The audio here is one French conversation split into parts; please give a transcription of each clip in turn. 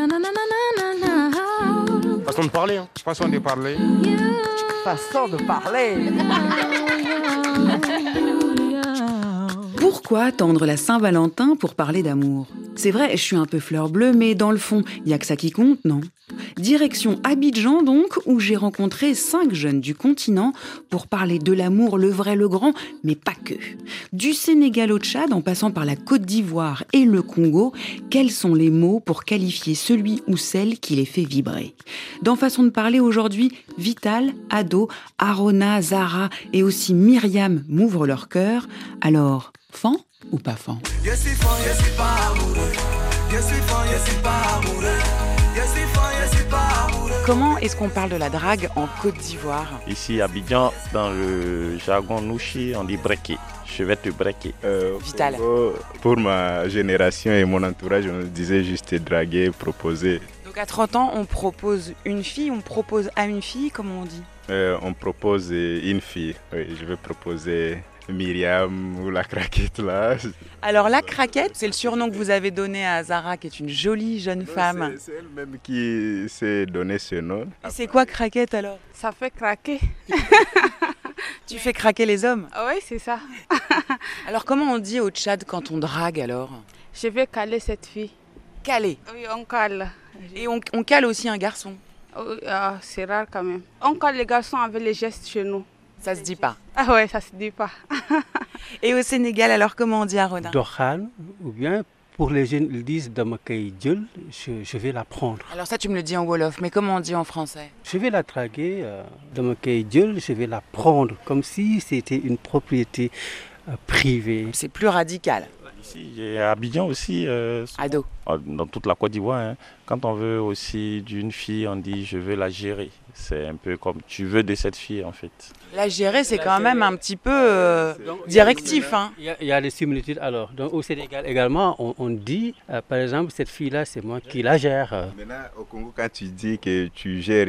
Façon de parler, hein. Façon de parler. Façon de parler. Pourquoi attendre la Saint-Valentin pour parler d'amour ? C'est vrai, je suis un peu fleur bleue, mais dans le fond, il n'y a que ça qui compte, non ? Direction Abidjan donc, où j'ai rencontré 5 jeunes du continent pour parler de l'amour, le vrai, le grand, mais pas que. Du Sénégal au Tchad, en passant par la Côte d'Ivoire et le Congo, quels sont les mots pour qualifier celui ou celle qui les fait vibrer ? Dans Façon de parler aujourd'hui, Vital, Ado, Arona, Zara et aussi Myriam m'ouvrent leur cœur. Alors, fan ou pas fan ? Je suis fan, je suis pas amoureux. Je suis fan, je suis pas amoureux. Je suis fan, je suis pas amoureux. Comment est-ce qu'on parle de la drague en Côte d'Ivoire ? Ici à Abidjan, dans le jargon nouchi, on dit breaker. Je vais te breaker. Vital. Pour ma génération et mon entourage, on disait juste draguer, proposer. Donc à 30 ans, on propose une fille, on propose à une fille, comment on dit ? On propose une fille. Oui, je vais proposer Myriam ou la craquette là. Alors la craquette, c'est le surnom que vous avez donné à Zara, qui est une jolie jeune femme. C'est elle-même qui s'est donné ce nom. Et c'est quoi craquette alors ? Ça fait craquer. Tu fais craquer les hommes ? Ah oui, c'est ça. Alors comment on dit au Tchad quand on drague alors ? Je vais caler cette fille. Caler. Oui, on cale. Et on cale aussi un garçon. Oui, c'est rare quand même. On cale les garçons avec les gestes chez nous. Ça se dit pas. Ah ouais, ça se dit pas. Et au Sénégal, alors comment on dit Arona ? Doxaan, ou bien pour les jeunes, ils disent Dama koy jël, je vais la prendre. Alors ça, tu me le dis en Wolof, mais comment on dit en français ? Je vais la draguer, Dama koy jël, je vais la prendre, comme si c'était une propriété privée. C'est plus radical. Ici, à Abidjan aussi, Ado. dans toute la Côte d'Ivoire, hein, quand on veut aussi d'une fille, on dit je veux la gérer. C'est un peu comme tu veux de cette fille en fait. La gérer, c'est quand même un petit peu directif. Hein. Il y a des similitudes alors. Donc, au Sénégal également, on dit, par exemple, cette fille-là, c'est moi qui la gère. Maintenant, au Congo, quand tu dis que tu gères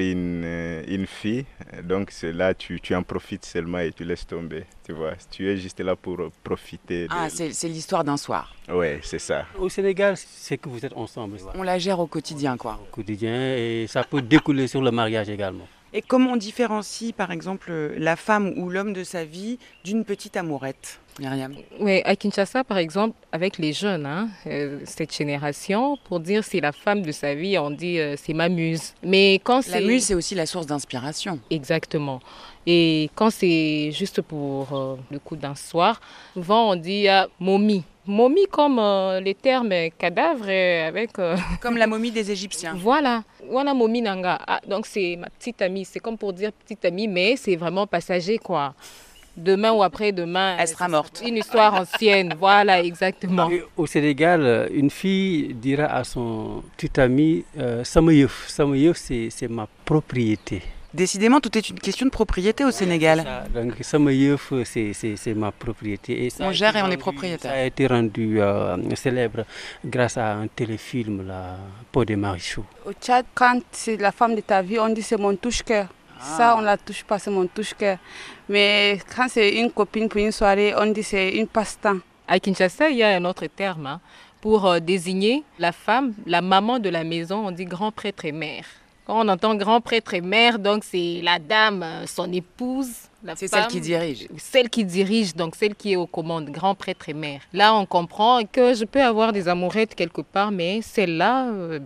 une fille, donc c'est là tu en profites seulement et tu laisses tomber. Tu vois, tu es juste là pour profiter. Ah, c'est l'histoire d'un soir. Ouais, c'est ça. Au Sénégal, c'est que vous êtes ensemble. On la gère au quotidien, quoi. Au quotidien, et ça peut découler sur le mariage également. Et comment on différencie, par exemple, la femme ou l'homme de sa vie d'une petite amourette, Myriam ? Oui, à Kinshasa, par exemple, avec les jeunes, cette génération, pour dire c'est la femme de sa vie, on dit c'est ma muse. Mais quand la muse, c'est aussi la source d'inspiration. Exactement. Et quand c'est juste pour le coup d'un soir, souvent on dit momie. Momie comme les termes cadavre avec... Comme la momie des Égyptiens. Voilà. Wana momie nanga. Ah, donc c'est ma petite amie. C'est comme pour dire petite amie, mais c'est vraiment passager, quoi. Demain ou après-demain... Elle sera morte. Une histoire ancienne. Voilà, exactement. Et au Sénégal, une fille dira à son petit ami Sama yeuf. Sama yeuf, c'est ma propriété. Décidément, tout est une question de propriété au Sénégal. Donc, Sama yeuf, c'est ma propriété. Et ça on gère et on est propriétaire. Ça a été rendu célèbre grâce à un téléfilm, la Pod des Marichou. Au Tchad, quand c'est la femme de ta vie, on dit c'est mon touche-cœur. Ça, on ne la touche pas, c'est mon touche-cœur. Mais quand c'est une copine pour une soirée, on dit c'est une passe-temps. À Kinshasa, il y a un autre terme pour désigner la femme, la maman de la maison, on dit grand prêtre et mère. Quand on entend grand prêtre et mère, donc c'est la dame, son épouse, la c'est femme. Celle qui dirige. Celle qui dirige, donc celle qui est aux commandes, grand prêtre et mère. Là, on comprend que je peux avoir des amourettes quelque part, mais celle-là,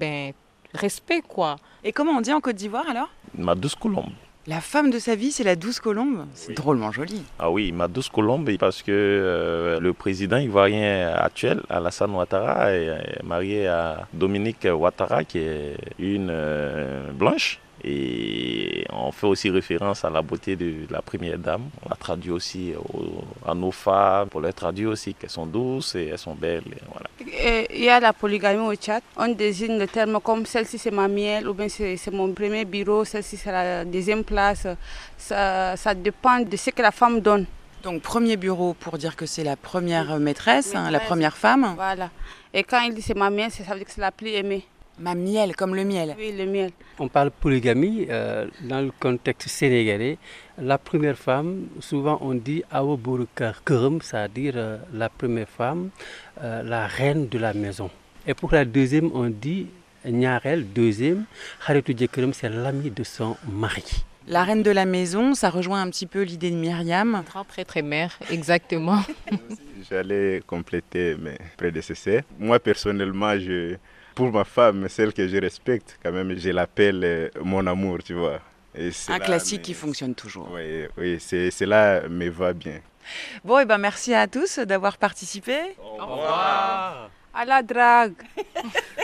respect quoi. Et comment on dit en Côte d'Ivoire alors ? Ma douce colombe. La femme de sa vie, c'est la douce colombe. C'est drôlement joli. Ah oui, ma douce colombe, parce que le président ivoirien actuel, Alassane Ouattara, est marié à Dominique Ouattara, qui est une blanche. Et on fait aussi référence à la beauté de la première dame. On la traduit aussi à nos femmes, pour les traduire aussi qu'elles sont douces et elles sont belles. Et voilà. Il y a la polygamie au Tchad. On désigne le terme comme celle-ci c'est ma miel ou bien c'est mon premier bureau, celle-ci c'est la deuxième place. Ça dépend de ce que la femme donne. Donc premier bureau pour dire que c'est la première maîtresse, la première femme. Voilà. Et quand il dit c'est ma miel, ça veut dire que c'est la plus aimée. Ma miel, comme le miel. Oui, le miel. On parle polygamie dans le contexte sénégalais. La première femme, souvent on dit Awa Bouroukar Kerem, c'est-à-dire la première femme, la reine de la maison. Et pour la deuxième, on dit ñaareel, deuxième, xaritu jëkkëram, c'est l'ami de son mari. La reine de la maison, ça rejoint un petit peu l'idée de Myriam. Grand prêtre et mère, exactement. J'allais compléter mes prédécesseurs. Moi, personnellement, pour ma femme, celle que je respecte, quand même, je l'appelle mon amour, tu vois. Et un classique qui fonctionne toujours. Oui, cela me va bien. Bon, et ben merci à tous d'avoir participé. Au revoir. À la drague.